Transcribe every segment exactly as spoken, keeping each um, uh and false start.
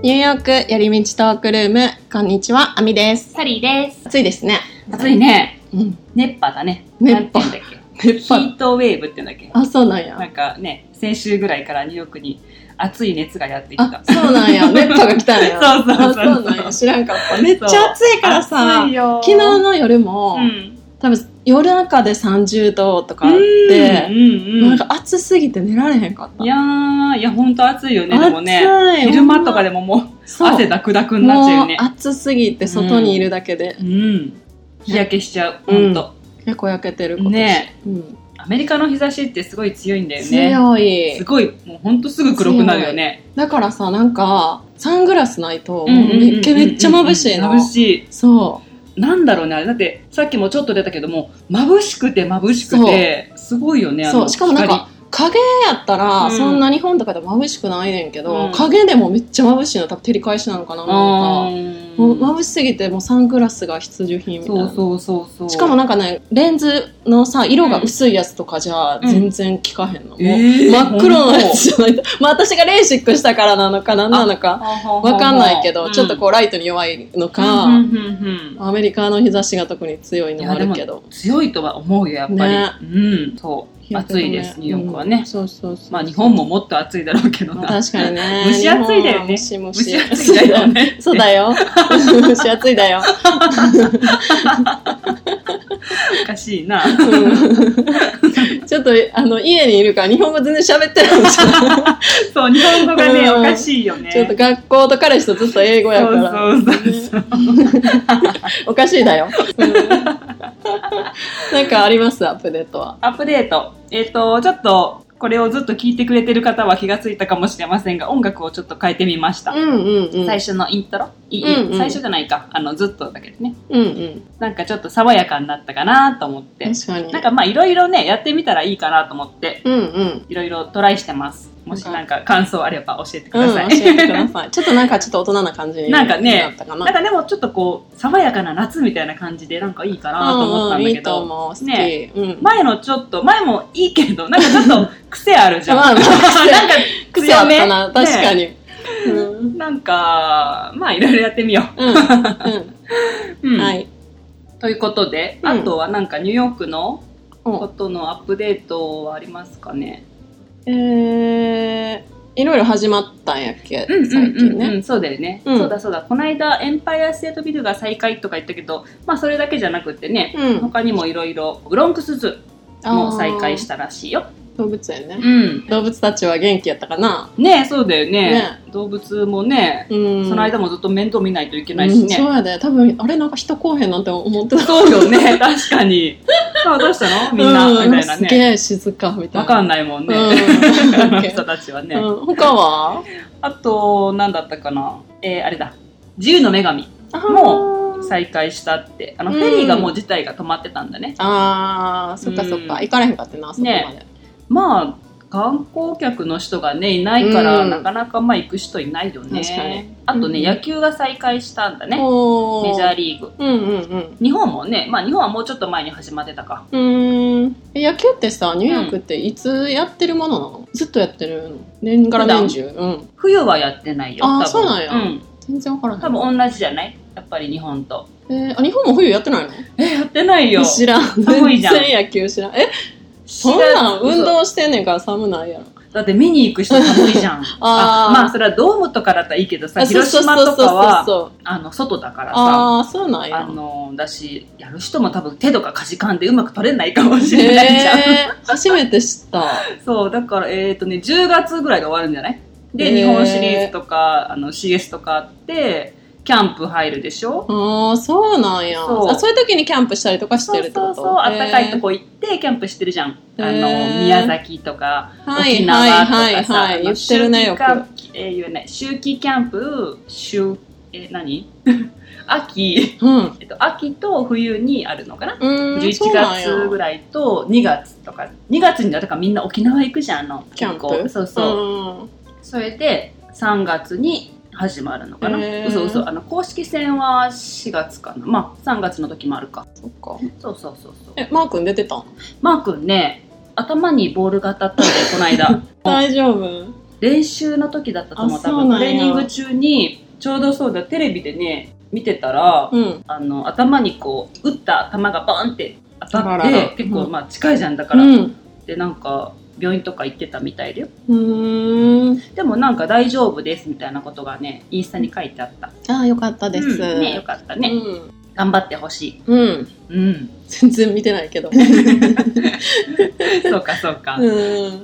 ニューヨーク寄り道トークルーム、こんにちは、あみです。 サリーです。 暑いですね。 暑いね。 うん、 熱波だね。 熱波なんて言うんだっけ。ヒートウェーブって言うんだっけ。 あ、そうなんや。 なんかね、先週ぐらいからニューヨークに暑い熱がやってきた。 あ、そうなんや。熱波が来たんや。 そうそうそうそう。 あ、そうなんや。知らんかった。めっちゃ暑いからさ、 暑いよ。 昨日の夜も、うん、多分夜中でさんじゅうどとかあって、うんうんうん、なんか暑すぎて寝られへんかった。 いやー、いやほんと暑いよね。でもね、昼間とかでももう汗だくだくになっちゃうよね。 もう暑すぎて外にいるだけで、 うんうん、日焼けしちゃう。ほんと、 うん、結構焼けてる今年ね、 うん、 アメリカの日差しってすごい強いんだよね。 強い。 すごい、もうほんとすぐ黒くなるよね。 だからさ、なんかサングラスないとめっちゃめっちゃ眩しいの。 眩しい。 そう。 なんだろうね、あれだってさっきもちょっと出たけども、眩しくて眩しくてすごいよね。あのそう、しかもなんか影やったら、うん、そんな日本とかで眩しくないねんけど、うん、影でもめっちゃ眩しいの。多分照り返しなのかな、なんかもう眩しすぎてもうサングラスが必需品みたいな。そうそうそうそう。しかもなんかね、レンズのさ色が薄いやつとかじゃ全然効かへんの、うん、もう、えー、真っ黒なやつじゃないと、まあ、私がレーシックしたからなのか何なのかわかんないけど、うん、ちょっとこうライトに弱いのか、うん、アメリカの日差しが特に強いのもあるけど、 強いとは思うよやっぱり、ね、うん、そう暑いです、ニューヨークはね、うん、そうそうそうそう。まあ日本ももっと暑いだろうけどな。 確かにね。 蒸し暑いだよね。 蒸し蒸し。 蒸し暑いだよね。 そうだよ。蒸し暑いだよ。 おかしいな。 うん、ちょっとあの家にいるから日本語全然喋ってないんですよ。 そう、日本語がね、うん、おかしいよね。 ちょっと学校と彼氏とずっと英語やから。 そうそうそうそう。 おかしいだよ。うん、なんかあります？アップデートは。 アップデート。えっと、ちょっと、これをずっと聞いてくれてる方は気がついたかもしれませんが、音楽をちょっと変えてみました。 うんうんうん、 最初のイントロ、いい、うんうん、最初じゃないか、あの、ずっとだけどね。 うんうん。 なんかちょっと爽やかになったかなと思って。 確かに。 なんかまあいろいろね、やってみたらいいかなと思って、 うんうん。 いろいろトライしてます。もしなんか感想あれば教えてください。 うん、教えてください。ちょっとなんかちょっと大人な感じになったかな。 なんかね、なんかでもちょっとこう、爽やかな夏みたいな感じでなんかいいかなと思ったんだけど。うんうん、いいと思う。好き。ね、うん、前のちょっと、前もいいけど、なんかちょっと癖あるじゃん。まあまあ、なんか癖あったな、確かに。ね、 うん、なんか、まあいろいろやってみよう。うん。うん、はい。ということで、あとはなんかニューヨークのことのアップデートはありますかね。 えー、いろいろ始まったんやっけ、うん、最近ね、 うんうん、そうだよね、うん、そうだそうだ、この間エンパイアステートビルが再開とか言ったけど、まあそれだけじゃなくてね、うん、他にもいろいろブロンクスズも再開したらしいよ。 動物園ね、 うん、 動物たちは元気やったかな。 ねえ、そうだよ ね, ね動物もね、うん、その間もずっと面倒見ないといけないしね、うん、 そうやで、多分あれなんか人来へんなんて思ってた。 そうよね、確かに。さあどうしたのみんな、うん、みたいなね、すげえ静かみたいな、 わかんないもんね、うん、あの人たちはね、 うん、他はあと何だったかな、えー、あれだ、自由の女神も再開したって、あのフェリーがもう自体が止まってたんだね、 うん、あーそっかそっか、うん、行かれへんかってな、そこまで、ね、 まあ観光客の人がねいないから、うん、なかなかまあ行く人いないよね。確かに。あとね、うん、野球が再開したんだね、メジャーリーグ、 うんうんうん、 日本もね、まあ日本はもうちょっと前に始まってたか。 うーん、野球ってさ、ニューヨークっていつやってるものなの？ずっとやってるの？年がら年中、うん、 冬はやってないよ。 ああ、そうなんや、うん、全然わからない。 多分同じじゃない？やっぱり日本と。 えー、あ、日本も冬やってないの？ え、やってないよ。 知らん。 寒いじゃん。 全然野球知らん。え、そんなん運動してんねんから寒ないやろ。 だって見に行く人寒いじゃん。ああ、まあそれはドームとかだったらいいけどさ、広島とかはあの外だからさ、 ああ、そうなんや。 あのだし、やる人も多分手とかかじかんでうまく取れないかもしれないじゃん。 えー、初めて知った。 そうだからえっとねじゅうがつぐらいで終わるんじゃない？で、日本シリーズとかあの シーエス とかあってキャンプ入るでしょ。 ああ、そうなんや。そう、あ、そういう時にキャンプしたりとかしてるってこと？ そうそうそう、あったかいとこ行ってキャンプしてるじゃん。あの宮崎とか沖縄とかさ、はいはいはいはい、言ってるねよく。えー、言うね、秋季キャンプ、秋え何？秋、うん、えっと秋と冬にあるのかな。じゅういちがつぐらいとにがつとか、にがつにだからみんな沖縄行くじゃん、あのキャンプ。 そうそう。うん、それでさんがつに始まるのかな。嘘嘘、あの公式戦はしがつかな。まあさんがつの時もあるか。 そっか。 そうそうそうそう。 え、マー君出てたん？ マー君ね、頭にボールが当たったんでこの間。 大丈夫？ 練習の時だったと思う。多分トレーニング中にちょうどそうだテレビでね見てたら、うん、あの頭にこう打った球がバーンって当たってららら結構、うん、まあ近いじゃんだから、うん、でなんか病院とか行ってたみたいだよ。うーんでもなんか大丈夫ですみたいなことがねインスタに書いてあった。 ああよかったです、 うん、ねよかったね、うん、頑張ってほしい。うん、 うん、全然見てないけどそうかそうか、うん、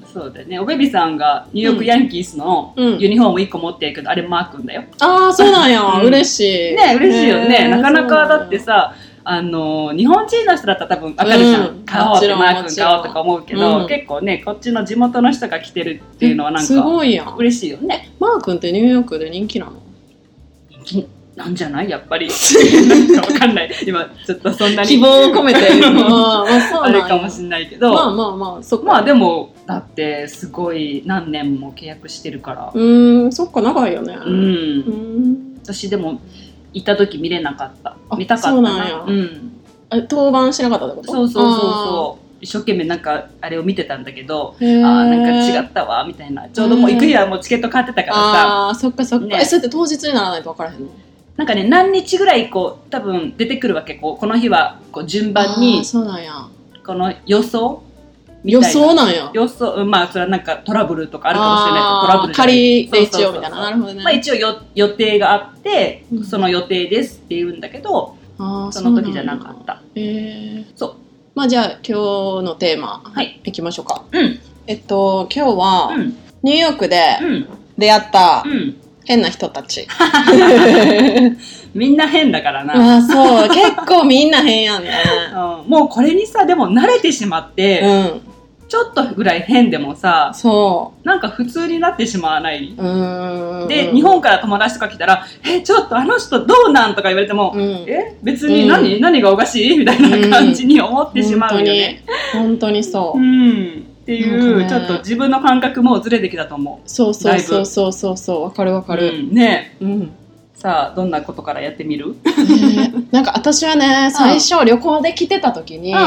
そうだね。おべびさんがニューヨークヤンキースのユニフォームいっこ持ってるけど、うん、あれマー君だよ。 ああそうなんや、うん、嬉しいね。嬉しいよね。なかなかだってさあの日本人の人だったら多分分かるじゃん、うん、買おうってマー君買おうとか思うけど、うん、結構ねこっちの地元の人が来てるっていうのはなんかすごいやん嬉しいよね。 マー君ってニューヨークで人気なの？ 人気なんじゃないやっぱりなんか分かんない今ちょっとそんなに希望を込めて言うのあれかもしれないけどまあまあまあそっか。 まあでもだってすごい何年も契約してるからうーんそっか長いよね。うんうん私でも行った時見れなかった。見たかったな。そうなんや、うん、 登板しなかったってこと？ そうそうそうそう一生懸命なんかあれを見てたんだけどあなんか違ったわみたいな。ちょうどもう行く日はもうチケット買ってたからさあそっかそっか、ね、えそれって当日にならないと分からへんの？ なんかね何日ぐらいこう多分出てくるわけ。こうこの日はこう順番にそうなんやこの予想みたいな予想なんや予想まあそれはなんかトラブルとかあるかもしれないけどトラブル仮で一応みたいな。なるほどね。 まあ一応よ予定があって、うん、その予定ですって言うんだけどあその時じゃなかった。 へえそうまあじゃあ今日のテーマ、はい、いきましょうか。うんえっと今日は、うん、ニューヨークで出会った、うん変な人たちみんな変だからなあそう結構みんな変やんね、 うん、もうこれにさでも慣れてしまって、うん、ちょっとぐらい変でもさそうなんか普通になってしまわない？うーんで日本から友達とか来たらえちょっとあの人どうなんとか言われても、うん、え別に何、うん、何がおかしいみたいな感じに思ってしまうよね、 うん、本当にそう、 うんっていう、ね、ちょっと自分の感覚もずれてきたと思う。 そうそうそうそうそうそうわかるわかる、 うん、ね、うん、さあどんなことからやってみる？ えー、なんか私はね最初旅行で来てた時に、うん、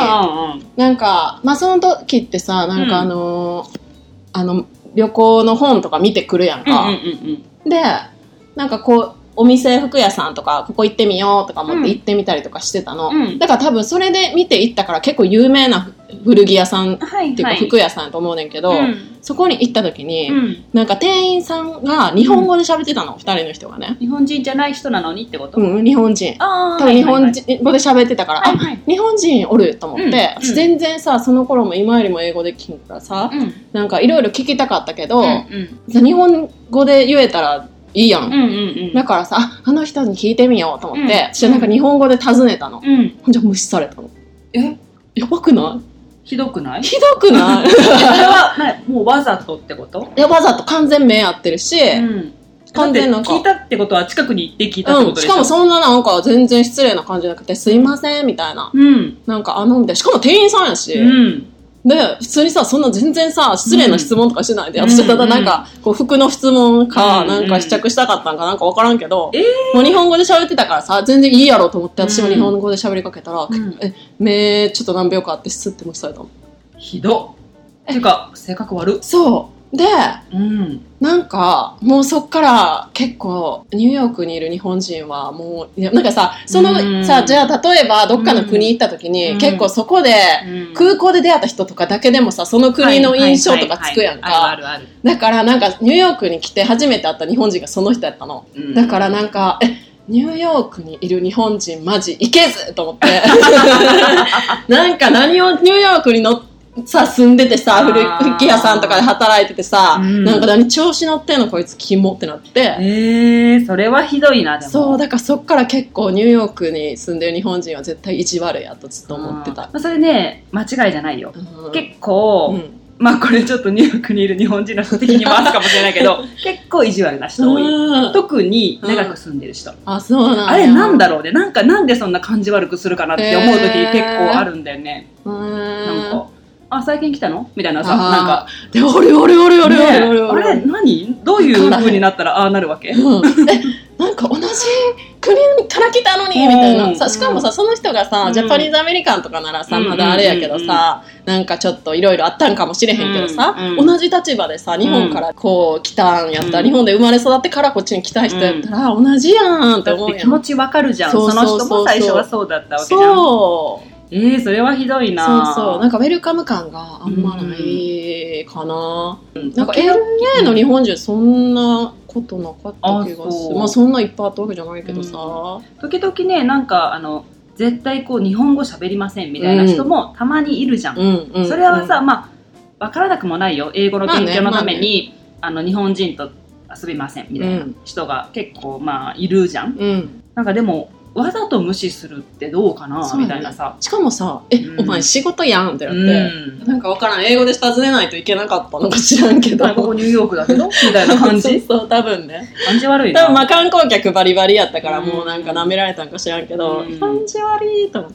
なんかまあその時ってさなんかあのーうん、あの旅行の本とか見てくるやんか、うんうんうんうん、でなんかこうお店服屋さんとかここ行ってみようとか思って行ってみたりとかしてたの、うん、だから多分それで見て行ったから結構有名な古着屋さんっていうか服屋さんと思うねんけど、はいはい、そこに行った時に、うん、なんか店員さんが日本語で喋ってたの、うん、ふたりの人がね。 日本人じゃない人なのにってこと？ うん日本人あ多分日本語で喋ってたから、はいはい、あ日本人おると思って、うん、私全然さその頃も今よりも英語で聞くからさ、うん、なんかいろいろ聞きたかったけど、うんうん、日本語で言えたらいいやん、うんうんうん、だからさ あ, あの人に聞いてみようと思って、うん、私はなんか日本語で尋ねたの、うん、ほんじゃ無視されたの。えやばくない？ ひどくない？ ひどくない？ それはもうわざとってこと？ いやわざと完全目合ってるし、うん、 完全なんか聞いたってことは近くに行って聞いたってことでしょ、うん、 しかもそんななんか全然失礼な感じじゃなくてすいませんみたいな、うん、なんかあのみたいなしかも店員さんやし、うんで普通にさそんな全然さ失礼な質問とかしないで、うん、私はただなんかこう服の質問かなんか試着したかったんかなんか分からんけど、うんうん、もう日本語で喋ってたからさ全然いいやろと思って私も日本語で喋りかけたら、うん、え目ちょっと何秒かあってスッて無視されたの。 ひどっ。ていうか性格悪っ。 そうで、うん、なんかもうそっから結構ニューヨークにいる日本人はもうなんかさその、うん、さじゃあ例えばどっかの国行った時に、うん、結構そこで、うん、空港で出会った人とかだけでもさその国の印象とかつくやんか。だからなんかニューヨークに来て初めて会った日本人がその人やったの、うん、だからなんかえニューヨークにいる日本人マジいけずと思ってなんか何をニューヨークに乗ってさ住んでてさ古着屋さんとかで働いててさ、うん、なんか何調子乗ってんのこいつキモってなってえー、それはひどいな。でもそうだからそっから結構ニューヨークに住んでる日本人は絶対意地悪やとずっと思ってた。 それね間違いじゃないよ、うん、結構、うん、まあこれちょっとニューヨークにいる日本人の人的に回すかもしれないけど結構意地悪な人多い。特に長く住んでる人、うん、あそうなんや。あれなんだろうねなんかなんでそんな感じ悪くするかなって思う時結構あるんだよね、えー、なんかあ最近来たのみたいなさなんかでおれおれおれおれおれおれあれ何どういう風になったらああなるわけ、うん、 えなんか同じ国から来たのにみたいな、うん、さしかもさその人がさ、うん、ジャパニーズアメリカンとかならさ、うん、まだあれやけどさ、うん、なんかちょっといろいろあったんかもしれへんけどさ、うん、同じ立場でさ日本からこう来たんやったら、うん、日本で生まれ育ってからこっちに来た人やったら、うん、同じやんって思うやん。だって気持ちわかるじゃん。その人も最初はそうだったわけじゃん。そうえー、それはひどいな。 そうそう、なんかウェルカム感があんまないかな、うん、なんか エルエー の日本人そんなことなかった気がする。まあそんないっぱいあったわけじゃないけどさ、うん、 時々ねなんかあの絶対こう日本語喋りませんみたいな人もたまにいるじゃん、うんうん、それはさ、うん、まあ分からなくもないよ。英語の勉強のために、まあねまあね、あの日本人と遊びませんみたいな人が結構まあいるじゃん、うん、なんかでもわざと無視するってどうかな、ね、みたいなさ。 しかもさ、え、うん、お前仕事やんってなって、うん、なんかわからん、英語で尋ねないといけなかったのか知らんけど、 ここニューヨークだけどみたいな感じ。 そうそう、多分ね。 感じ悪いな。 多分まあ観光客バリバリやったから、もうなんか舐められたんか知らんけど、うん、感じ悪いと思って。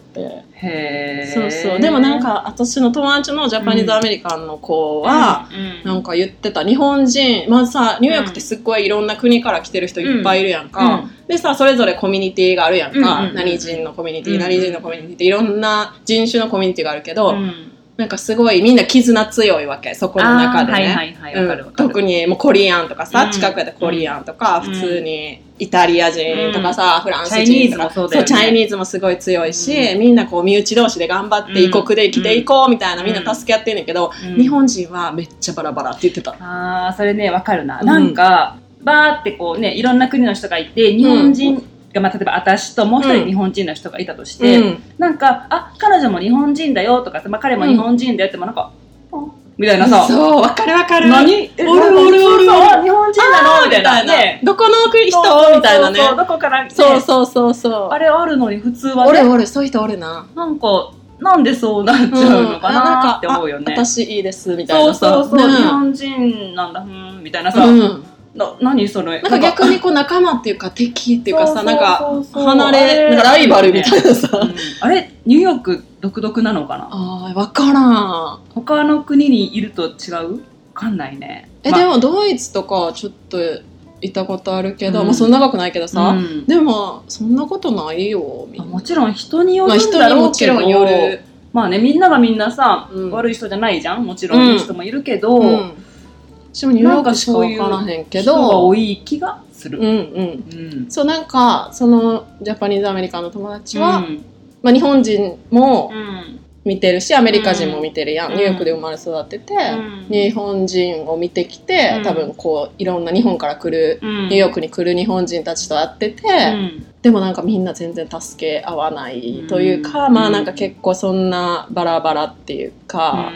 へー。そうそう。でもなんか私の友達のジャパニーズアメリカンの子は、うん、なんか言ってた、日本人、まあさ、ニューヨークってすっごいいろんな国から来てる人いっぱいいるやんか。うんうんでさ、それぞれコミュニティがあるやんか、うんうんうん、何人のコミュニティ、うんうん、何人のコミュニティっていろんな人種のコミュニティがあるけど、うん、なんかすごいみんな絆強いわけ、そこの中でね、はいはいはい、わかるわかる。特にもうコリアンとかさ、うん、近くやったらコリアンとか、うん、普通にイタリア人とかさ、うん、フランス人とか、そう、チャイニーズもすごい強いし、うん、みんなこう身内同士で頑張って異国で生きていこうみたいな、みんな助け合ってんねんけど、うん、日本人はめっちゃバラバラって言ってた。 あー、それね、わかるな。なんか、バーってこうね、いろんな国の人がいて、日本人、うんがまあ、例えば私ともう一人日本人の人がいたとして、うん、なんかあ彼女も日本人だよとか、まあ、彼も日本人だよってもなんか、うん、みたいなさ、 そうわかるわかる、 何えおるおるおる日本人なのみたいな、ね、 どこの国人みたいなね、 そうどこから、ね、 そうそうそうそうあれあるのに普通はね、 おるおるそういう人おるな、 なんかなんでそうなっちゃうのかなって思うよね、 うん、私いいですみたいなさ、 そうそうそう、ね、日本人なんだうんみたいなさ、うんな何それなんか逆にこう仲間っていうか敵っていうかさ、なんか離れなんかライバルみたいなさ、うん、 あれニューヨーク独特なのかな。 あー分からん、 他の国にいると違う分かんないね。 え、まあ、でもドイツとかちょっといたことあるけど、うん、まあそんな長くないけどさ、うん、でもそんなことないよみんな。 もちろん人によるんだろうけど、まあ、人にもちろんよる、まあね、みんながみんなさ、うん、悪い人じゃないじゃん、もちろんいい人もいるけど、うんうん私もニューヨークしか分からへんけど、 人が多い気がする。うんうんうん。そうなんかそのジャパニーズアメリカンの友達は、うん、まあ日本人も見てるし、アメリカ人も見てるやん。うん、ニューヨークで生まれ育ってて、うん、日本人を見てきて、うん、多分こういろんな日本から来る、うん、ニューヨークに来る日本人たちと会ってて、うん、でもなんかみんな全然助け合わないというか、うん、まあなんか結構そんなバラバラっていうか、うん、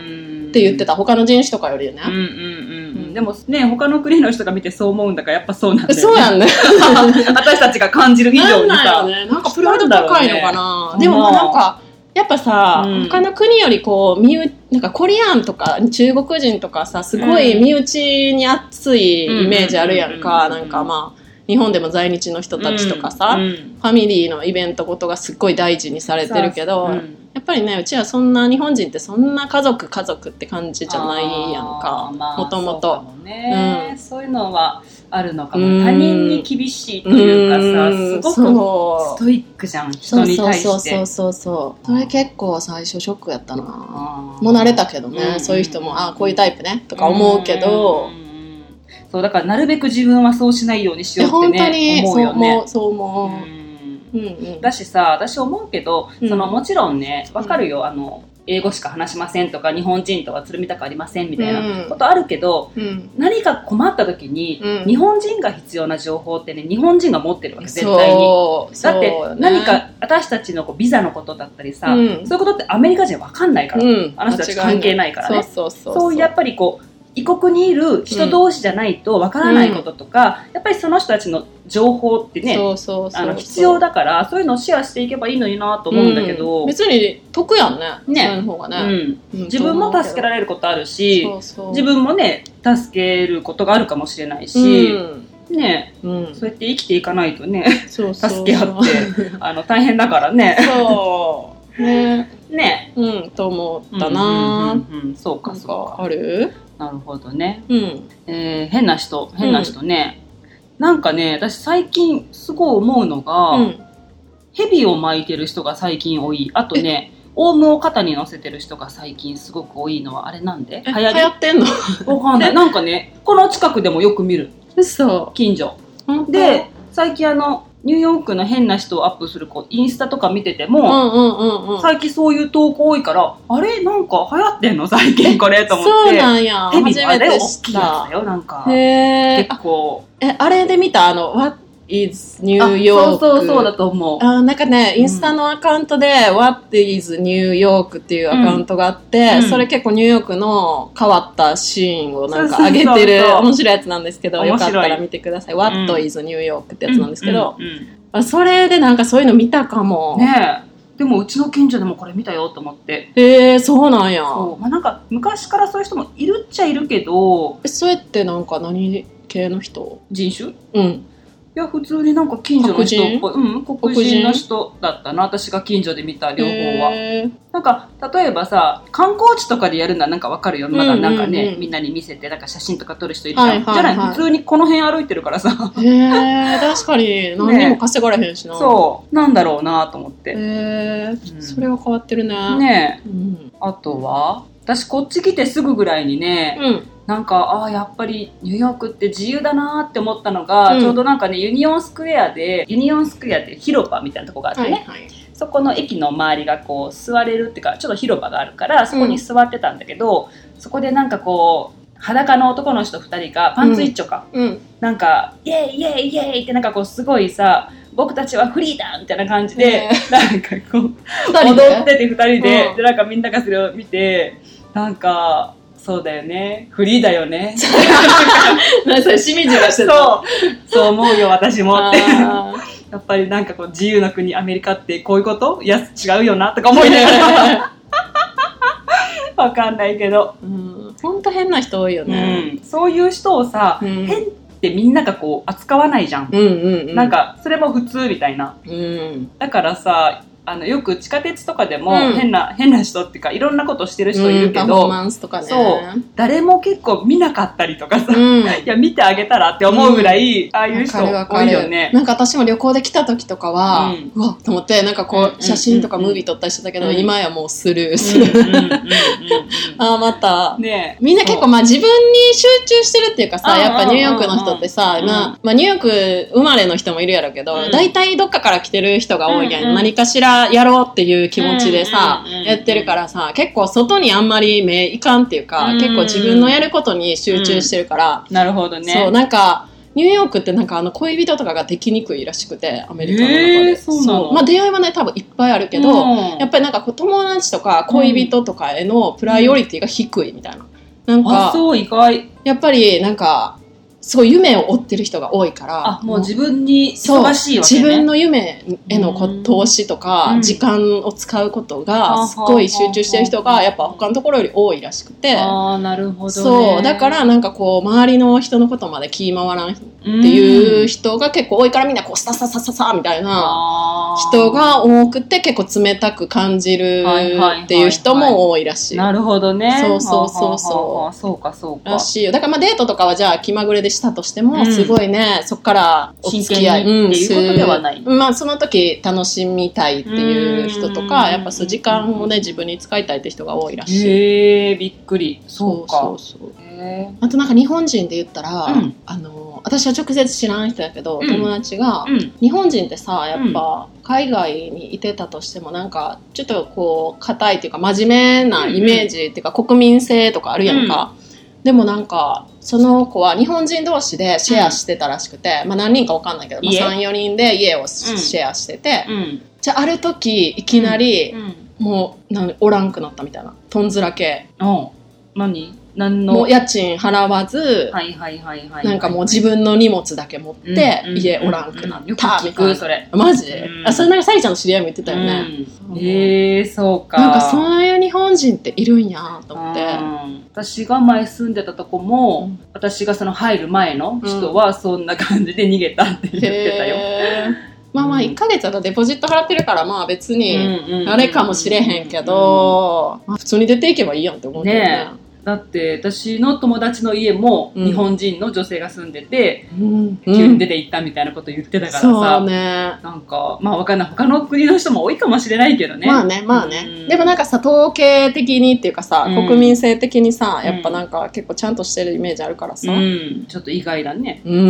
って言ってた。他の人種とかよりね。うんうんうんでもね、他の国の人が見てそう思うんだからやっぱそうなんだよね。 そうやんね。 私たちが感じる以上にさ。 なんだよね。なんかプライド高いのかな。でもなんか、やっぱさ、うん、他の国よりこう、身内、なんかコリアンとか中国人とかさ、すごい身内に熱いイメージあるやんか。なんかまあ、日本でも在日の人たちとかさ、うんうん、ファミリーのイベントごとがすっごい大事にされてるけど、うん、やっぱりね、うちはそんな日本人ってそんな家族家族って感じじゃないやんか、もともと。 そういうのはあるのかも。他人に厳しいというかさ、すごくストイックじゃん、人に対して。 そうそうそうそう。それ結構最初ショックやったな。もう慣れたけどね、うん、そういう人も、ああ、こういうタイプね、とか思うけど、 そうだからなるべく自分はそうしないようにしようってね思うよね。 そう思う、そう思う、 うんうん、だしさ、私思うけど、うん、そのもちろんねわかるよ、うん、あの英語しか話しませんとか日本人とはつるみたくありませんみたいなことあるけど、うん、何か困った時に、うん、日本人が必要な情報ってね日本人が持ってるわけ絶対に。だって何か私たちのこうビザのことだったりさ、うん、そういうことってアメリカ人わかんないから、うん、あの人たち関係ないからね。そうそうそうそう、そういうやっぱりこう異国にいる人同士じゃないとわからないこととか、うん、やっぱりその人たちの情報ってね必要だからそういうのをシェアしていけばいいのになと思うんだけど、 うん、別に得やんね、ね、そういう方がね、 うんうん、自分も助けられることあるし、そうそう自分もね助けることがあるかもしれないし、うんねうん、そうやって生きていかないとねそうそう助け合ってあの大変だからね。 そうねねうんと思ったな、うんうんうんうん、 そうかそうか。 ある？ なるほどね、うんえー、変な人変な人ね、うなんかね、私最近すごい思うのが、うん、蛇を巻いてる人が最近多い。あとね、オウムを肩に乗せてる人が最近すごく多いのはあれなんで？ 流行り？流行ってんの？ わかんない。なんかね、この近くでもよく見る。 嘘。 近所。で、最近あの、ニューヨークの変な人をアップするこうインスタとか見てても、うんうんうんうん、最近そういう投稿多いから、あれなんか流行ってんの最近これと思って。 そうなんや。 ヘビのあれ大きいやつだよ、なんか。 へー。 結構。 え、あれで見たあの、What is New York？ そうそうそうだと思う。 あ、なんかね、インスタのアカウントで、うん、What is New York っていうアカウントがあって、うん、それ結構ニューヨークの変わったシーンをなんか上げてる面白いやつなんですけど、よかったら見てください。What is New York ってやつなんですけど、うんうんうんうん、それでなんかそういうの見たかも。 ねえ。でもうちの近所でもこれ見たよと思って。 へえ、そうなんや。 そう。まあ、なんか昔からそういう人もいるっちゃいるけど。 え、それってなんか何系の人？ 人種？ うん。 いや、普通になんか近所の人っぽい。うん、黒人の人だったな。私が近所で見た両方は。なんか、例えばさ、観光地とかでやるのはなんかわかるよ。まだなんかね、うんうんうん、みんなに見せて、なんか写真とか撮る人いるじゃん。はいはいはい、じゃない、普通にこの辺歩いてるからさ。 へえ、確かに何にも稼がれへんしな。 ね、そう。なんだろうなと思って。へえ、うん、それは変わってるね。 ねえ。 うん、 あとは私こっち来てすぐぐらいにね、うん、なんかああやっぱりニューヨークって自由だなって思ったのが、うん、ちょうどなんかねユニオンスクエアでユニオンスクエアって広場みたいなとこがあってね、はいはい、そこの駅の周りがこう座れるっていうかちょっと広場があるからそこに座ってたんだけど、うん、そこでなんかこう裸の男の人ふたりがパンツ一丁か、うん、なんかイエイイエイイエイってなんかこうすごいさ僕たちはフリーだみたいな感じで、なんかこう踊っててふたりで、うん、でなんかみんながそれを見てなんかそうだよねフリーだよねなんかそれしみじみしてたそうそう思うよ私もってやっぱりなんかこう自由な国アメリカってこういうこと？いや違うよなとか思いながらわかんないけど、 うん、ほんと変な人多いよね、 うん、そういう人をさ、うん、変ってみんながこう扱わないじゃん、うんうんうん、なんかそれも普通みたいな、うん、だからさあのよく地下鉄とかでも変な、うん、変な人っていうかいろんなことしてる人いるけど、うん、パフォーマンスとかね、 そう誰も結構見なかったりとかさ、うん、いや見てあげたらって思うぐらい、うん、ああいう人多いよね。 なんか私も旅行で来た時とかは、うん、うわっと思ってなんかこう、うん、写真とかムービー撮ったりしてたけど、うん、今やもうスルーするああまた、ね、みんな結構まあ自分に集中してるっていうかさ、やっぱニューヨークの人ってさ、うんまあまあ、ニューヨーク生まれの人もいるやろうけど、うん、大体どっかから来てる人が多いやん、うんうん、何かしらやろうっていういう気持ちでさ、うんうんうんうん、やってるからさ結構外にあんまり目いかんっていうか、うんうん、結構自分のやることに集中してるから、 うん、なるほどね。 そうなんかニューヨークってなんかあの恋人とかができにくいらしくてアメリカの中で、えー、そうなの？そうまあ、出会いはね多分いっぱいあるけど、うん、やっぱりなんか友達とか恋人とかへのプライオリティが低いみたいな、なんかあそう意外やっぱりなんかすごい夢を追ってる人が多いからあもう自分に忙しいわけね。 自分の夢への投資とか時間を使うことがすごい集中してる人がやっぱ他のところより多いらしくて、 あなるほどね。 そうだからなんかこう周りの人のことまで気回らんっていう人が結構多いからみんなこうスタササササみたいな人が多くて結構冷たく感じるっていう人も多いらしい。 なるほどね。 そうそうそうそうそうかそうからしいよ。だからまあデートとかはじゃあ気まぐれでしたとしても、うん、すごいねそっからお付き合いっていうことではない、 うん、まあその時楽しみたいっていう人とかやっぱそう時間をね自分に使いたいって人が多いらしい。 へえびっくり。そうかそうそうそう。あとなんか日本人で言ったら、うん、あの私は直接知らん人やけど、うん、友達が、うん、日本人ってさやっぱ海外にいてたとしてもなんかちょっとこう硬いっていうか真面目なイメージっていうか、うん、国民性とかあるやんか、うん、でもなんかその子は日本人同士でシェアしてたらしくて、うんまあ、何人か分かんないけど、まあ、さん、よにんで家をシェアしてて、うん、じゃあある時いきなり、うん、もうなんおらんくなったみたいなとんずら系。 うん何何のもう家賃払わず、 はいはいはいはい、 なんかもう自分の荷物だけ持って、うん、家おらんくなった、うん、よく聞くそれマジで、うん、あそれなんかサリちゃんの知り合いも言ってたよね、 うん、へえそうか。 なんかそういう日本人っているんやと思って、 うん、私が前住んでたとこも、うん、私がその入る前の人はそんな感じで逃げたって言ってたよ、うん、 まあまあいっかげつだとデポジット払ってるからまあ別にあれかもしれへんけど、まあ、普通に出ていけばいいやんって思うけどね。ねだって私の友達の家も日本人の女性が住んでて、 うん、 急に出て行ったみたいなこと言ってたからさ、 そうね、 なんかまあわかんない、他の国の人も多いかもしれないけどね。 まあねまあね、 うん、 でもなんかさ統計的にっていうかさ、うん、国民性的にさやっぱなんか結構ちゃんとしてるイメージあるからさ、 うん、ちょっと意外だね。 うん、うん、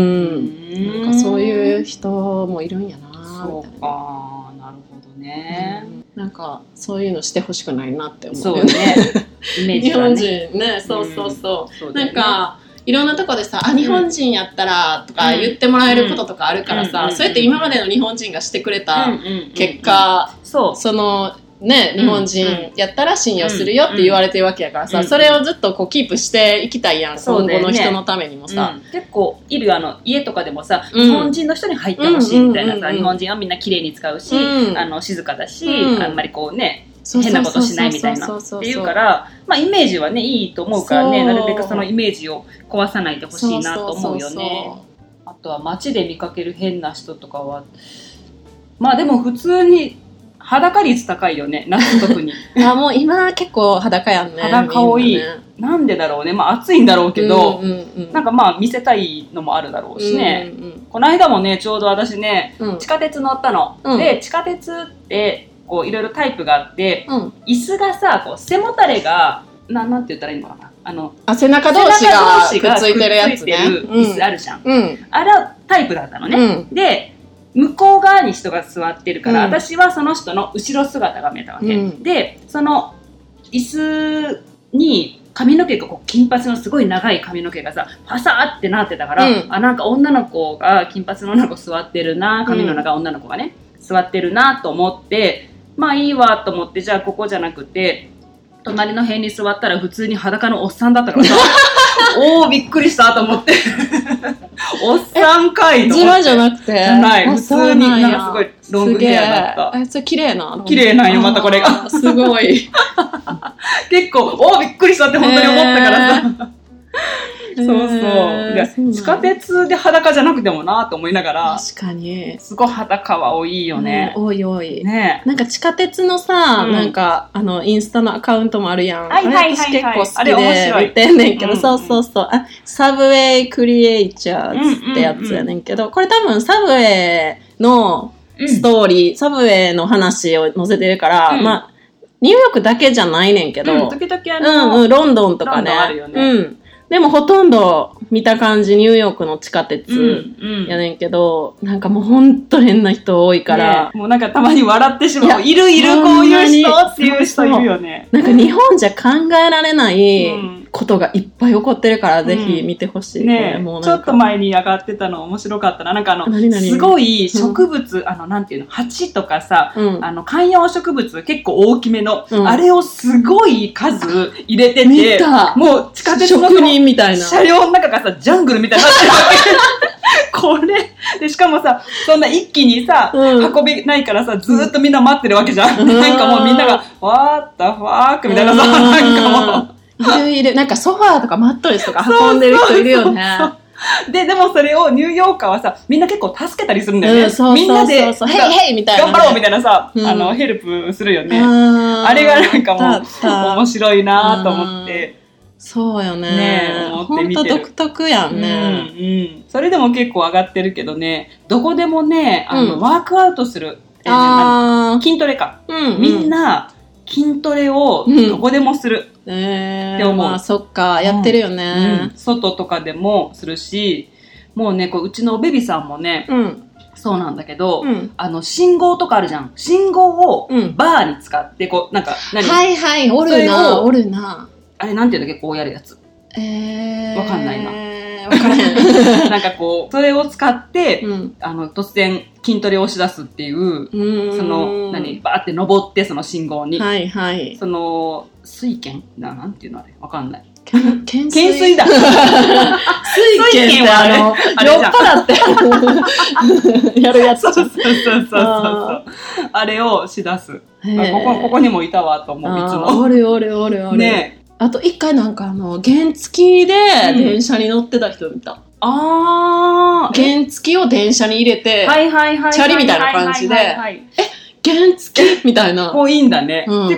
なんかそういう人もいるんやな。 そうか、なるほどね、 うん、なんかそういうのしてほしくないなって思う。 そうねイメージはね、 日本人ね、そうそうそう、うん、 ね、 なんかいろんなとこでさ、あ日本人やったらとか言ってもらえることとかあるからさ、うん、そうやって今までの日本人がしてくれた結果、うんうん、そのね、日本人やったら信用するよって言われてるわけやからさ、うんうん、それをずっとこうキープしていきたいやん、今後の人のためにもさ、 うん、結構いるあの家とかでもさ、日本人の人に入ってほしいみたいなさ、日本人はみんな綺麗に使うし、うん、あの静かだし、うん、あんまりこうね変なことしないみたいなっていうから、まあ、イメージはねいいと思うからね、なるべくそのイメージを壊さないでほしいなと思うよね。そうそうそうそう、あとは街で見かける変な人とかはまあでも普通に裸率高いよね、夏特にあもう今結構裸やんね。 裸多い、ね、なんでだろうね、まあ暑いんだろうけど、うんうんうん、なんかまあ見せたいのもあるだろうしね、うんうんうん、この間もねちょうど私ね、うん、地下鉄乗ったの、うん、で地下鉄ってこういろいろタイプがあって、うん、椅子がさこう背もたれがななんて言ったらいいのかな、あのあ背中同士がくっついてるやつね、 椅子あるじゃん、 うん、 あれはタイプだったのね、うん、で向こう側に人が座ってるから、うん、私はその人の後ろ姿が見えたわけ、うん、でその椅子に髪の毛がこう金髪のすごい長い髪の毛がさパサーってなってたから、うん、あなんか女の子が金髪の女の子座ってるな、髪の長い女の子がね、うん、座ってるなと思って、まあいいわと思って、じゃあここじゃなくて隣の辺に座ったら普通に裸のおっさんだったからさおーびっくりしたと思っておっさんかいと思って、 ズラじゃなくてじゃない普通になんかすごいロングヘアだった。 えそれ綺麗な綺麗なんよまたこれがすごい結構おーびっくりしたって本当に思ったからさそうそう、で地下鉄で裸じゃなくてもなと思いながら、 確かにすごい裸は多いよね、 うん、多い多い、 ね、 なんか地下鉄のさ、うん、なんかあのインスタのアカウントもあるやん、 はいはいはいはい、 私結構好きで見てんねんけど、うんうん、そうそうそう、あサブウェイクリエイチャーズってやつやねんけど、これ多分サブウェイのストーリー、うん、サブウェイの話を載せてるから、うん、まあニューヨークだけじゃないねんけど、 うん、時々あの、 うんうん、ロンドンとかね、 ロンドンあるよね、 うんでもほとんど見た感じニューヨークの地下鉄やねんけど、うんうん、なんかもうほんと変な人多いから、 ね、もうなんかたまに笑ってしまう、いるいるこういう人っていう人いるよね。 なんか日本じゃ考えられないことがいっぱい起こってるから、うん、ぜひ見てほしい、 うん、ねもうちょっと前に上がってたの面白かったな、なんかあの何々すごい植物、うん、あのなんていうの鉢とかさ、うん、あの観葉植物結構大きめの、うん、あれをすごい数入れてて、もう地下鉄の職人みたいな車両の中がさジャングルみたいになってるわけこれでしかもさそんな一気にさ、うん、運べないからさずーっとみんな待ってるわけじゃん、うん、なんかもうみんながわーったファークみたいなさ、なんかもういるいるなんかソファーとかマットレスとか運んでる人いるよね。そうそうそうででもそれをニューヨーカーはさみんな結構助けたりするんだよね、うん、そうそうそうそうみんなでヘイヘイみたいな、 ね、頑張ろうみたいなさ、うん、あのヘルプするよね。 あ, あれがなんかもう面白いなと思って、 そうよね。 ね思って見てる。 ほんと独特やんね、 うんうん。それでも結構上がってるけどね、どこでもね、あの、うん、ワークアウトする。あ筋トレか、うんうん。みんな筋トレをどこでもする。うん、えー、って思う。 まあ、そっか、やってるよね、 うんうん。外とかでもするし、もうね、こううちのベビさんもね、うん、そうなんだけど、うん、あの、信号とかあるじゃん。信号をバーに使って、こう、なんか何、 はいはい、おるな、おるな。 あれなんていうんだっけこうやるやつ。 えー。 わかんないな。 わからへん。 なんかこう、それを使って、うん、あの、突然筋トレをしだすっていう、うその、何、バーって登って、その信号に。 はいはい。 その、水拳な、なんていうのあれわかんない。 懸水懸水だ。 水拳はあの、あれ酔っ払ってやるやつ。 そうそうそうそうそう。あれをしだす。ここ、ここにもいたわと思う、いつも。 おるおるおるおる。ね。あと一回なんかあの、原付で電車に乗ってた人見た。うん、あー。原付を電車に入れて、 はいはいはい。 チャリみたいな感じで、え、原付みたいな。 もういいんだね。うん、っていうか、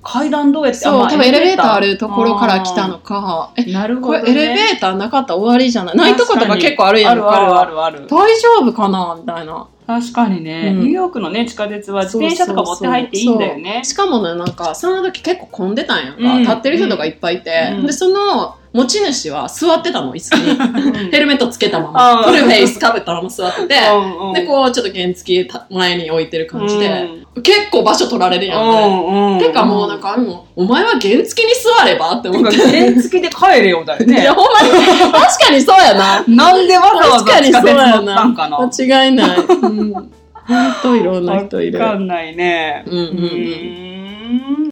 階段どうやって、 そう、多分エレベーターあるところから来たのか、 え、なるほど、ね、 これエレベーターなかったら終わりじゃない？ないとことか結構あるやんか。 あるあるあるある。 大丈夫かなみたいな。 確かにね、うん、ニューヨークのね、地下鉄は自転車とか持って入っていいんだよね。そうそうそう、 しかもね、なんか、その時結構混んでたんやんか。うん、立ってる人とかいっぱいいて。うん、で、その、持ち主は座ってたの、椅子に。ヘルメットつけたまま。フルフェイスかぶったまま座ってて、うんうん、で、こう、ちょっと原付前に置いてる感じで、うん、結構場所取られるやんね。うんうん、てかもう、なんか、もう、お前は原付に座ればって思って。 原付で帰れよ、だよね。 いや、ほんまに、確かにそうやな。 なんでわざわざ地下鉄乗ったんかな。 間違いない。うんほんといろんな人いる。 わかんないね。 うんうんうん。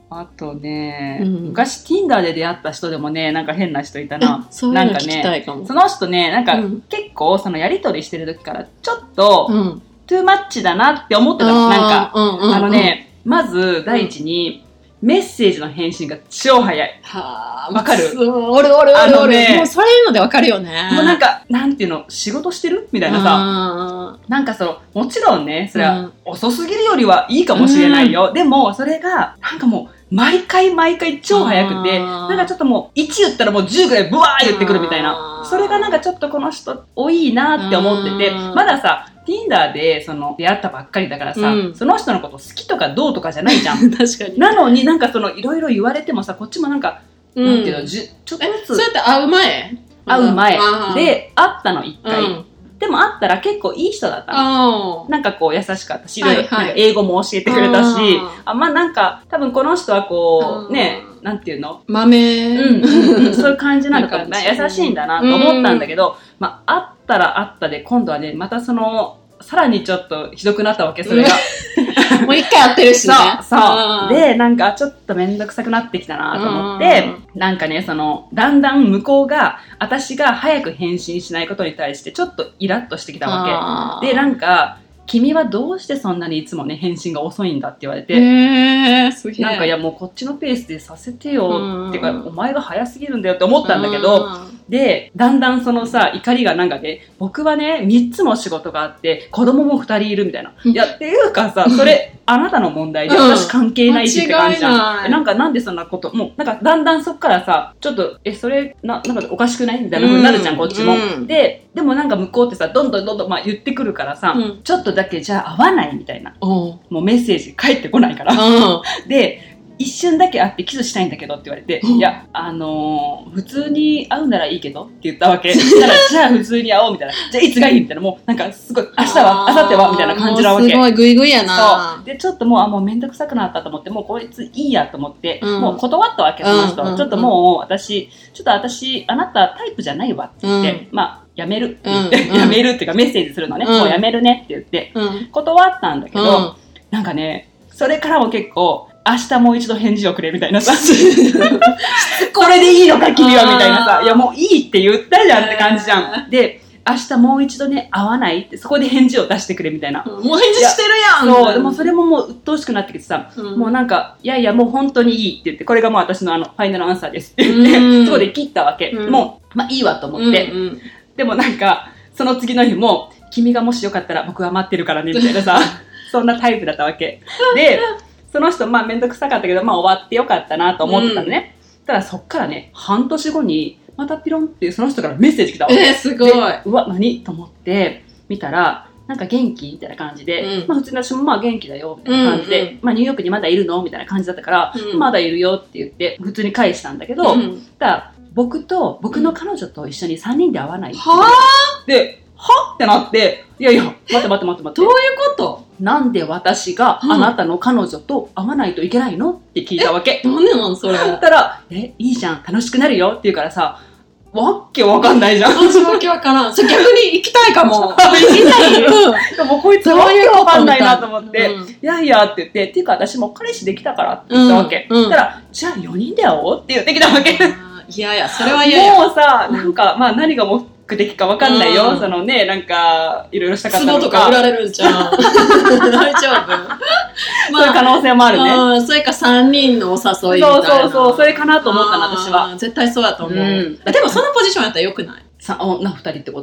あとね、うん、昔 Tinder で出会った人でもね、なんか変な人いたな。 そういうの聞きたいかも。 なんかね、その人ね、なんか、うん、結構そのやりとりしてる時からちょっと、うん、トゥーマッチだなって思ってたの。なんか、うんうんうん、あのね、まず第一に、うん、メッセージの返信が超早い。 はぁ。 わかる？ 俺俺俺俺。ね、もうそういうのでわかるよね。 もうなんか、なんていうの、仕事してるみたいなさ。なんかその、もちろんね、それは、うん、遅すぎるよりはいいかもしれないよ。うん、でも、それが、なんかもう、毎回毎回超早くて、なんかちょっともう、いち言ったらもうじゅうぐらいブワー言ってくるみたいな。それがなんかちょっとこの人、多いなって思ってて、まださ、Tinder でその出会ったばっかりだからさ、うん、その人のこと好きとかどうとかじゃないじゃん。 確かに。 なのになんかそのいろいろ言われてもさ、こっちもなんか、うん、なんていうの、じちょっとずつ。 そうやって会う前会う前。で、会ったの一回。うん、でも会ったら結構いい人だったの。なんかこう優しかったし、はいはい、なんか英語も教えてくれたし、あまあなんか多分この人はこう、ね、なんていうの豆、 うん、そういう感じなのかも、優しいんだなと思ったんだけど、まあ会ったら会ったで今度はね、またその、さらにちょっとひどくなったわけ、それが。 もう一回やってるしね。 そう、そう。で、なんかちょっとめんどくさくなってきたなと思って、なんかね、その、だんだん向こうが、私が早く返信しないことに対してちょっとイラッとしてきたわけ。で、なんか、君はどうしてそんなにいつもね、返信が遅いんだって言われて。 へー、すげえ。 なんか、いやもうこっちのペースでさせてよ。っていうか、お前が早すぎるんだよって思ったんだけど、で、だんだんそのさ、怒りがなんかね、僕はね、みっつも仕事があって、子供もふたりいるみたいな。いや、っていうかさ、それ、あなたの問題で私関係ないしって感じじゃん。うん、なんかなんでそんなこと、もう、なんかだんだんそっからさ、ちょっと、え、それ、な、なんかおかしくないみたいな風になるじゃん、うん、こっちも、うん。で、でもなんか向こうってさ、どんどんどんどん、まあ、言ってくるからさ、うん、ちょっとだけじゃあ会わないみたいな。もうメッセージ返ってこないから。で、一瞬だけ会ってキスしたいんだけどって言われて、いや、あのー、普通に会うならいいけどって言ったわけ。そしたら、じゃあ普通に会おうみたいな。じゃあいつがいいみたいな。もうなんかすごい、明日は、明後日はみたいな感じなわけ。 すごいグイグイやな。 そう。で、ちょっともう、あ、もうめんどくさくなったと思って、もうこいついいやと思って、うん、もう断ったわけ、その人。うんうんうん、ちょっともう私、ちょっと私、あなたタイプじゃないわって言って、うん、まあ、やめるって言って、うんうん、やめるっていうかメッセージするのね。うん、もうやめるねって言って、うん、断ったんだけど、うん、なんかね、それからも結構、明日もう一度返事をくれみたいなさ。これでいいのか君はみたいなさ。いやもういいって言ったじゃんって感じじゃん。で、明日もう一度ね、会わないってそこで返事を出してくれみたいな。 もう返事してるやん。そう。でもそれももう鬱陶しくなってきてさ、うん、もうなんか、いやいやもう本当にいいって言って、これがもう私のあの、ファイナルアンサーですって言って、うん、そこで切ったわけ。うん、もう、まあいいわと思って。うんうん、でもなんか、その次の日も、君がもしよかったら僕は待ってるからねみたいなさ、そんなタイプだったわけ。で、その人、まあめんどくさかったけど、まあ終わってよかったなと思ってたのね。うん、ただそっからね、半年後に、またピロンっていうその人からメッセージ来たわけ。 えー、すごい。 うわ、何と思って、見たら、なんか元気みたいな感じで、うん、まあ普通に私もまあ元気だよ、みたいな感じで、うんうん、まあニューヨークにまだいるのみたいな感じだったから、うん、まだいるよって言って、普通に返したんだけど、うん、ただ僕と、僕の彼女と一緒にさんにんで会わないって言って。 はぁで、はってなって、いやいや、待って待って待って待って。 どういうこと？ なんで私があなたの彼女と会わないといけないのって聞いたわけ。 なんでなんそれ。 だったら、え、いいじゃん、楽しくなるよって言うからさ、わっけわかんないじゃん。 私わけわからん。それ逆に行きたいかも。 行きたいよ。でもこいつわけわかんないなと思って、うん、いやいやって言って、っていうか私も彼氏できたからって言ったわけ。うんうん、だから、じゃあよにんで会おうって言ってきたわけ。 いやいや、それは嫌や。 もうさ、なんか、まあ何が目的かわかんないよ。うん、そのね、なんか、いろいろしたかったのか。 壺とか売られるんじゃん。大丈夫。まあ、 そういう可能性もあるね。 うん、それかさんにんのお誘いみたいな。 そうそうそう、それかなと思ったの、私は。 絶対そうだと思う。うん、でもそのポジションやったらよくない？ さ、女ふたりってこと？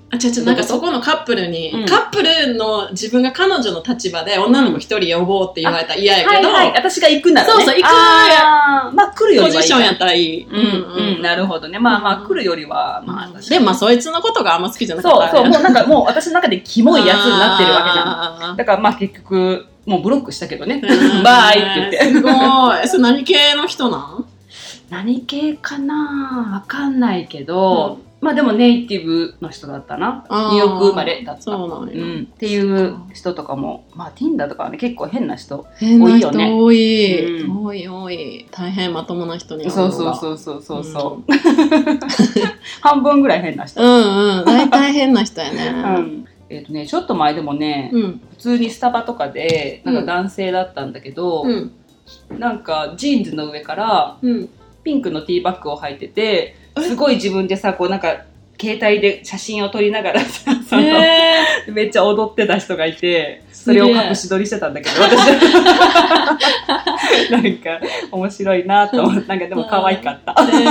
あ、違う違う、なんかそこのカップルに、うん、カップルの自分が彼女の立場で女の子一人呼ぼうって言われたら嫌やけど、 はいはい、私が行くならね。 そうそう、行くあまあ来るよりはいい。 ポジションやったらいい。 うんうん、うん、なるほどね。まあまあ来るよりは、まあ、 うん、でもまあそいつのことがあんま好きじゃなかった。 そうそう、もうなんかもう私の中でキモいやつになってるわけじゃん。だからまあ結局、もうブロックしたけどね。バイって言って。 すごい。それ何系の人なん？ 何系かなわかんないけど、うん、まあでもネイティブの人だったな。ニューヨーク生まれだった。 そうなんや、 うん。っていう人とかも、まあ Tinder とかはね、結構変な人変な人多いよね。 多い、うん。多い多い。大変まともな人に会うのが。 そうそうそうそうそう。うん、半分ぐらい変な人。 うんうん。大体変な人やね。 うんえっとね、ちょっと前でもね、うん、普通にスタバとかで、なんか男性だったんだけど、うん、なんかジーンズの上から、うん、ピンクのティーバッグを履いてて、すごい自分でさ、こうなんか、携帯で写真を撮りながらさ、そのめっちゃ踊ってた人がいて、それを隠し撮りしてたんだけど、私なんか面白いなと思って、なんかでも可愛かった。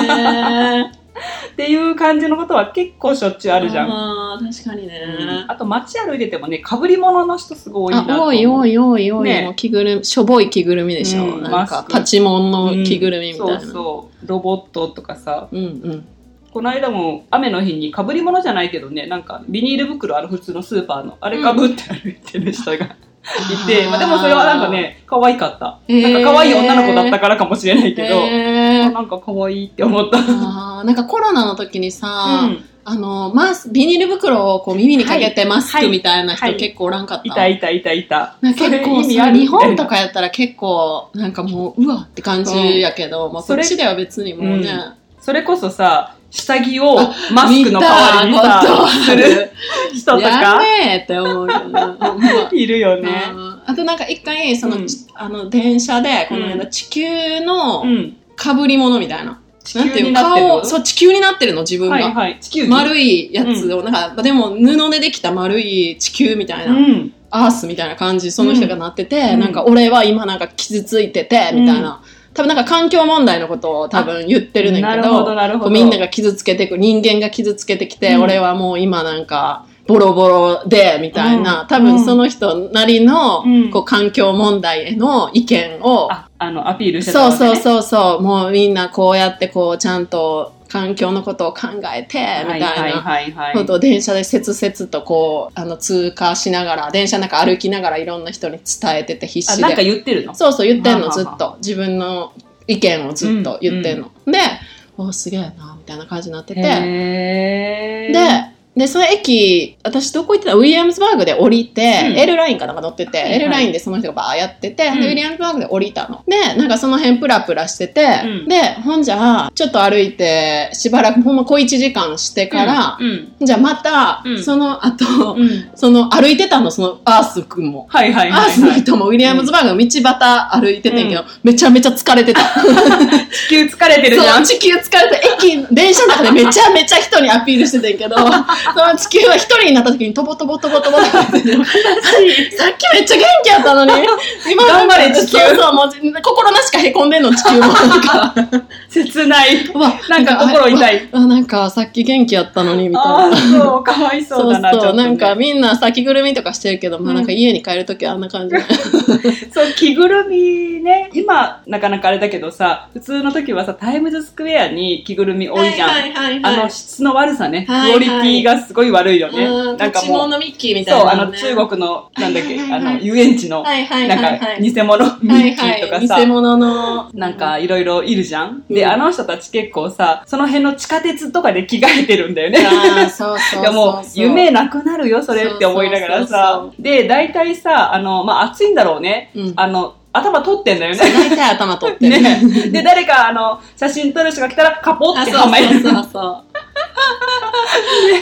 っていう感じのことは結構しょっちゅうあるじゃん。 あ確かにね、 うん、あと街歩いててもね、被り物の人すごい多いなと思う。 多い多い多い多い、ね、もう着ぐるみ、しょぼい着ぐるみでしょ、うん、なんかパチモンの着ぐるみみたいな、うん、 そうそうロボットとかさ、 うんうん、 この間も雨の日に被り物じゃないけどね、なんかビニール袋ある普通のスーパーのあれ被って歩いてる人が、うんいて、まあ、でもそれはなんかね、可愛かった。えー、なんか可愛い女の子だったからかもしれないけど、えー、なんか可愛いって思った。 あなんかコロナの時にさ、うん、あの、マス、ビニール袋をこう耳にかけてマスクみたいな人、はいはい、結構おらんかった。 いたいたいたいた。 結構さ、日本とかやったら結構、なんかもう、うわって感じやけど、まあ、こっちでは別にもうね、うん。 それこそさ、下着をマスクの代わりにさ、する人とか。 やべえって思うよね。 いるよね。 あとなんか一回、その、うん、あの、電車で、この間、地球の被り物みたいな。うん、 地球になってる？ 顔、そう、地球になってるの、自分が。 はいはい、地球丸いやつを、うん、なんか、でも、布でできた丸い地球みたいな。うん、アースみたいな感じ、その人がなってて、うん、なんか、俺は今なんか傷ついてて、みたいな。うん多分なんか環境問題のことを多分言ってるねんけど、どみんなが傷つけていく、人間が傷つけてきて、うん、俺はもう今なんかボロボロで、みたいな、うん、多分その人なりの、うん、こう環境問題への意見を、 あ、あのアピールしてたわけね。 そうそうそうそう、もうみんなこうやってこうちゃんと環境のことを考えて、みたいなことを電車で切々とこう、あの通過しながら、電車の中歩きながらいろんな人に伝えてて必死で。 あ、なんか言ってるの？ そうそう言ってんの、ずっと。自分の意見をずっと言ってんの。うんうん、で、おすげえな、みたいな感じになってて。 へー。 で、で、その駅、私どこ行ってたウィリアムズバーグで降りて、うん、L ラインかなんか乗ってて、はいはい、L ラインでその人がバーやってて、うん、で、ウィリアムズバーグで降りたの。で、なんかその辺プラプラしてて、うん、で、ほんじゃ、ちょっと歩いて、しばらくほんま小一時間してから、うんうん、じゃあまた、うん、その後、うん、その歩いてたの、そのアース君も。 はいはいはい、はい。 アースの人もウィリアムズバーグの道端歩いててんけど、うん、めちゃめちゃ疲れてた。 地球疲れてるじゃん。 そう、地球疲れて、駅、電車の中でめちゃめちゃ人にアピールしててんけど、その地球は一人になった時にトボトボトボトボってさっきめっちゃ元気やったのに今頑張れ地球。 そうそう、もう心なしかへこんでんの地球もなんか切ないなんか心痛いあなんかさっき元気やったのにみたいな。 あそうかわいそうだな。 そうそう、 ちょっとね、 なんかみんなさ着ぐるみとかしてるけど、まあ、なんか家に帰る時はあんな感じ、うん、 そう着ぐるみね今なかなかあれだけどさ普通の時はさタイムズスクエアに着ぐるみ多いじゃん、はいはいはいはい、あの質の悪さね、はいはい、クオリティがすごい悪いよね。 なんかもうのミッキーみたいな、 ね、そうあの中国のなんだっけ、はいはいはい、あの遊園地の、はいはいはいはい、なんか偽物ミッキーとかさ、 はいはい、偽物のなんかいろいろいるじゃん、うん、であの人たち結構さその辺の地下鉄とかで着替えてるんだよね。 あそうそうそうそういやもう夢なくなるよそれって思いながらさ、そうそうそうそうで大体さあのまあ暑いんだろうね、うん、あの頭取ってんだよね。 大体頭取ってる。 ね。で、誰か、あの、写真撮る人が来たら、カポってはまる。 そうそうそう。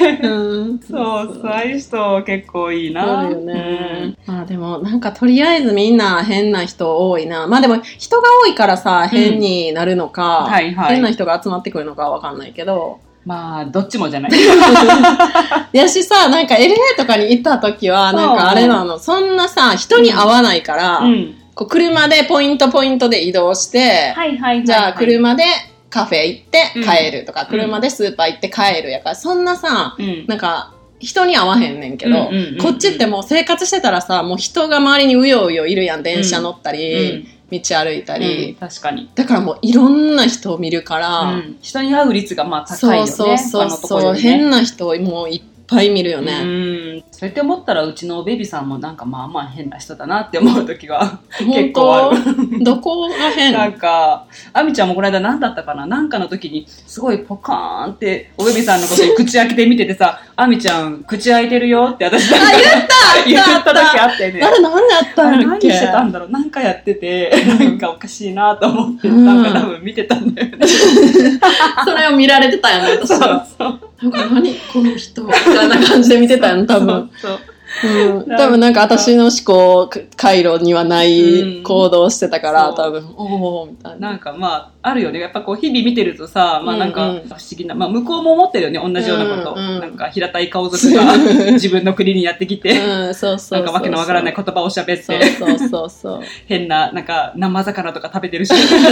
ね、うん、そう、そういう人結構いいな。 そうよね。うん、まあでも、なんかとりあえずみんな変な人多いな。まあでも、人が多いからさ、変になるのか、うんはいはい、変な人が集まってくるのかわかんないけど、 まあ、どっちもじゃない。 やしさ、なんか エルエー とかに行った時は、なんかあれなの、そんなさ、人に会わないから、うんうんこう車でポイントポイントで移動して、はいはいはいはい、じゃあ車でカフェ行って帰るとか、うん、車でスーパー行って帰るやから、そんなさ、うん、なんか人に会わへんねんけど、うんうんうんうん、こっちってもう生活してたらさ、もう人が周りにうようよいるやん。電車乗ったり、うん、道歩いたり、 うん、確かに。 だからもういろんな人を見るから、うん、 人に会う率がまあ高いよね。 そうそうそうそう、ね、変な人もういっぱい見るよね。 うん、そうやって思ったらうちのベビさんもなんかまあまあ変な人だなって思う時が結構ある。 どこが変？ なんかあみちゃんもこの間何だったかな、なんかの時にすごいポカーンっておベビさんのことに口開けて見ててさあみちゃん口開いてるよって私あ言った言った時あってね。 あれ何やったんだっけ？ 何してたんだろう、なんかやっててなんかおかしいなと思って、うん、なんか多分見てたんだよね。 それを見られてたよね私は。そうそう、なんか何この人みたいな感じで見てたよ多分。そうそううん、多分なんか私の思考回路にはない行動をしてたから、うん、多分おおみたいな。 なんかまああるよね、やっぱこう日々見てるとさ、まあなんか不思議な、まあ向こうも思ってるよね同じようなこと、うんうん、なんか平たい顔族が自分の国にやってきて、うん、そうそうそうそう、なんかわけのわからない言葉を喋って、そうそうそうそう変ななんか生魚とか食べてるし。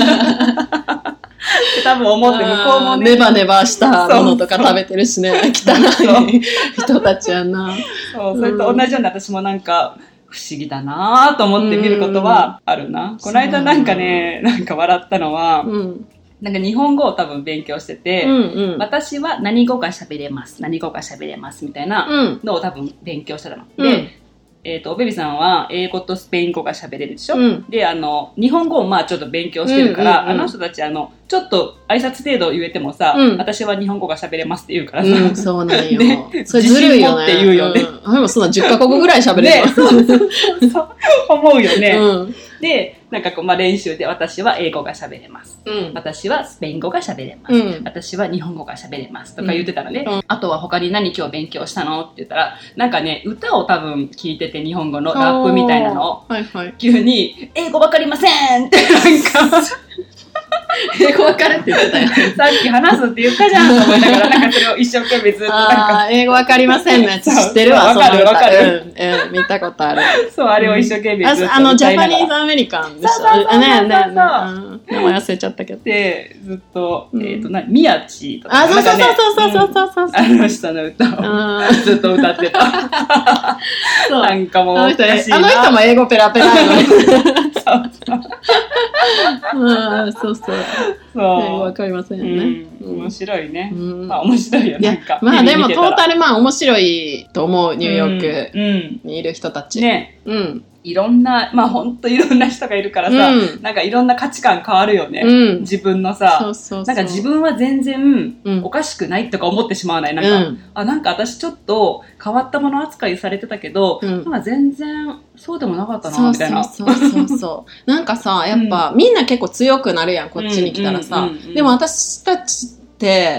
多分思って向こうもね、 ネバネバしたものとか食べてるしね、汚い人たちやな。 そう、それと同じように私もなんか不思議だなと思って見ることはあるな。この間なんかね、なんか笑ったのは、うん、なんか日本語を多分勉強してて、うんうん、私は何語が喋れます、何語が喋れますみたいなのを多分勉強してたの。うん、で、えっと、おベビさんは英語とスペイン語が喋れるでしょ、うん、で、あの、日本語をまあちょっと勉強してるから、うんうんうん、あの人たちあの、ちょっと挨拶程度言えてもさ、うん、私は日本語が喋れますって言うからさ。 うん、そうなんよ。ね、それずるいよね。 って言うよね。 うん、でもそんなじゅっカ国ぐらい喋れる、 ね、そうそうそう思うよね。うん、で、なんかこう、まあ、練習で私は英語が喋れます、うん。私はスペイン語が喋れます、うん。私は日本語が喋れます。とか言ってたらね、うん、あとは他に何今日勉強したのって言ったら、なんかね、歌を多分聞いてて日本語のラップみたいなのを、はいはい、急に、英語わかりませんってなんか、 英語わかるって言ってたよ。 さっき話すって言ったじゃんと思いながら、なんかそれを一生懸命ずっとなんか。 英語わかりませんのやつ知ってるわ。 わかるわかる、 うん。うん、見たことある。 そう、あれを一生懸命ずっとあの、ジャパニーズアメリカンでしょ。 そうそうそうそう。 ねえねえねえ。名前忘れちゃったけど。 で、ずっと、えっ、ー、と、な、ミヤチとか。 あ、そうそうそうそうそうそうそう、 うん。あの人の歌をずっと歌ってた。そう。なんかもうあの人、あの人も英語ペラペラなのに。そうそう。うん、そうそう。そう。わかりませんよね。 うん、面白いね。うん、まあ面白いよね。なんか。 まあでもトータルまあ面白いと思う、ニューヨークにいる人たち。 うんうん、ね。うん。いろんな、まあほんといろんな人がいるからさ、うん、なんかいろんな価値観変わるよね。うん、自分のさ、そうそうそう、なんか自分は全然おかしくないとか思ってしまわない。なんか、うん、あ、なんか私ちょっと変わったもの扱いされてたけど、うん、なんか全然そうでもなかったな、みたいな。 そうそうそうそう。なんかさ、やっぱ、うん、みんな結構強くなるやん、こっちに来たらさ。でも私たちって、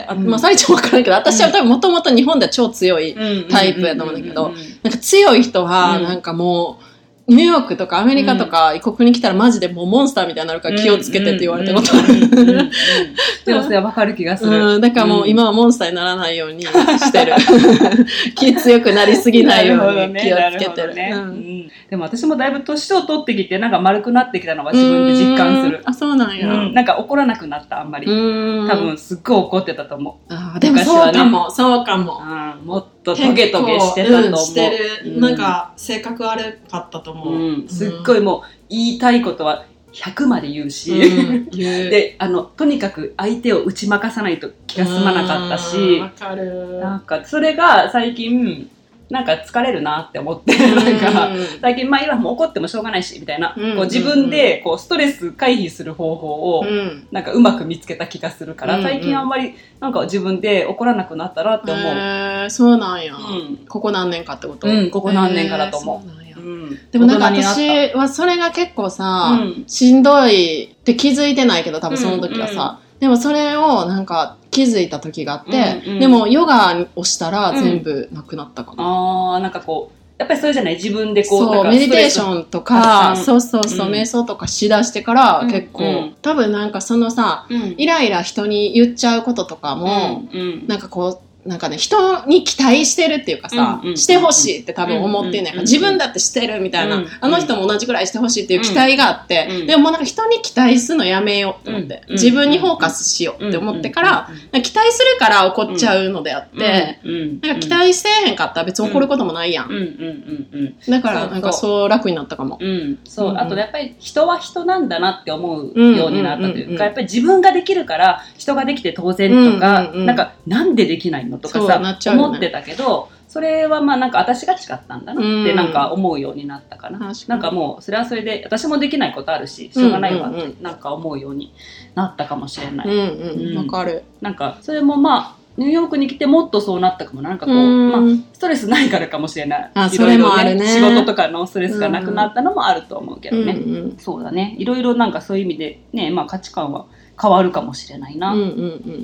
あ、まあ、サリちゃんわからんけど、私は多分もともと日本では超強いタイプやと思うんだけど、なんか強い人は、なんかもう、ニューヨークとかアメリカとか異国に来たらマジでもうモンスターみたいになるから気をつけてって言われたことある。 でもそれはわかる気がする。 うん、だからもう今はモンスターにならないようにしてる。気強くなりすぎないように気をつけてる。 ねうん、でも私もだいぶ年を取ってきてなんか丸くなってきたのは自分で実感する。 あ、そうなんや、 うん。なんか怒らなくなったあんまり。多分すっごい怒ってたと思う。 あ、でもそうかも、そうかも。 うん、もっとトゲトゲしてたと思う。うん、 してる。なんか性格悪かったと思う。 うん、すっごいもう言いたいことはひゃくまで言うし、うん、であのとにかく相手を打ち負かさないと気が済まなかったし、 わかる。 なんかそれが最近なんか疲れるなって思って、うん、なんか最近まあ今もう怒ってもしょうがないしみたいな、うん、こう自分でこうストレス回避する方法をなんかうまく見つけた気がするから、うん、最近あんまりなんか自分で怒らなくなったなって思う。 へー、そうなんや、うん、ここ何年かってこと？ うん、ここ何年かだと思う。うん、 でもなんか私はそれが結構さ、うん、しんどいって気づいてないけど多分その時はさ、うんうん、でもそれをなんか気づいた時があって、うんうん、でもヨガをしたら全部なくなったかな、 うん、あー、なんかこうやっぱりそれじゃない自分でこうそうなんかメディテーションとかそうそうそう、うん、瞑想とかしだしてから結構、うんうん、多分なんかそのさ、うん、イライラ人に言っちゃうこととかも、うんうん、なんかこうなんかね、人に期待してるっていうかさ、うんうん、してほしいって多分思ってんねんから、うんうん、自分だってしてるみたいな、うんうん、あの人も同じくらいしてほしいっていう期待があって、うんうん、でももうなんか人に期待するのやめようって思って、うん、自分にフォーカスしようって思ってから、うん、期待するから怒っちゃうのであって、うんうん、なんか期待せえへんかったら別に怒ることもないやん。だからなんかそう楽になったかも。 うん、そう、うんうん、あとやっぱり人は人なんだなって思うようになったというか、やっぱり自分ができるから人ができて当然とか、うんうんうん、なんかなんでできないのとかさ、ね、思ってたけど、それはまあなんか私が違ったんだなってなんか思うようになったかな。うん、なんかもうそれはそれで私もできないことあるししょうがないわってなんか思うようになったかもしれない。 うんうん、わかる。 なんかそれもまあニューヨークに来てもっとそうなったかもなんかこう、うんまあ、ストレスないからかもしれない。 あ、それもあるね。 仕事とかのストレスがなくなったのもあると思うけどね。うんうん、そうだね。いろいろなんかそういう意味でね、まあ価値観は変わるかもしれないな。 うんうんうん。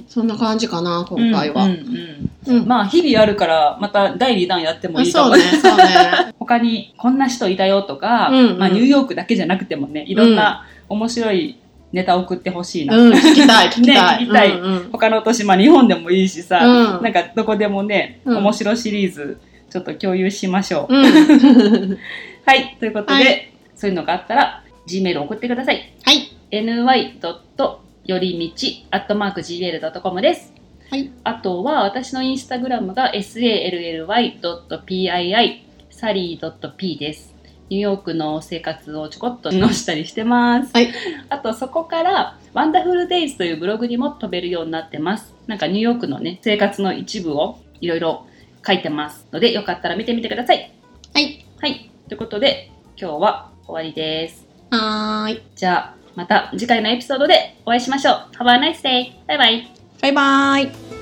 そんな感じかな、今回は。うんうんうんうん、まあ日々あるからまただいにだんやってもいいかも。 そうね、そうね。 他にこんな人いたよとか、うんうん、まあニューヨークだけじゃなくてもね、いろんな面白いネタ送ってほしいな、 うん、聞きたい聞きたい、 ね、聞きたい、うんうん、他の都市、まあ、日本でもいいしさ、うん、なんかどこでもね、うん、面白シリーズちょっと共有しましょう、うん、はいということで、はい、そういうのがあったら G メール送ってください。 はいエヌワイ よりみち アットマーク ジーメール ドットコム です。 はい、 あとは私のインスタグラムが サル ドット ピー サリー ドット ピー です。ニューヨークの生活をちょこっと載したりしてます。 はい。 あとそこからワンダフルデイズというブログにも飛べるようになってます。なんかニューヨークのね、生活の一部をいろいろ書いてますので、よかったら見てみてください。 はい。 はい。ということで、今日は終わりです。 はーい。 じゃあ、また次回のエピソードでお会いしましょう。Have a nice day! バイバイ。 バイバイ。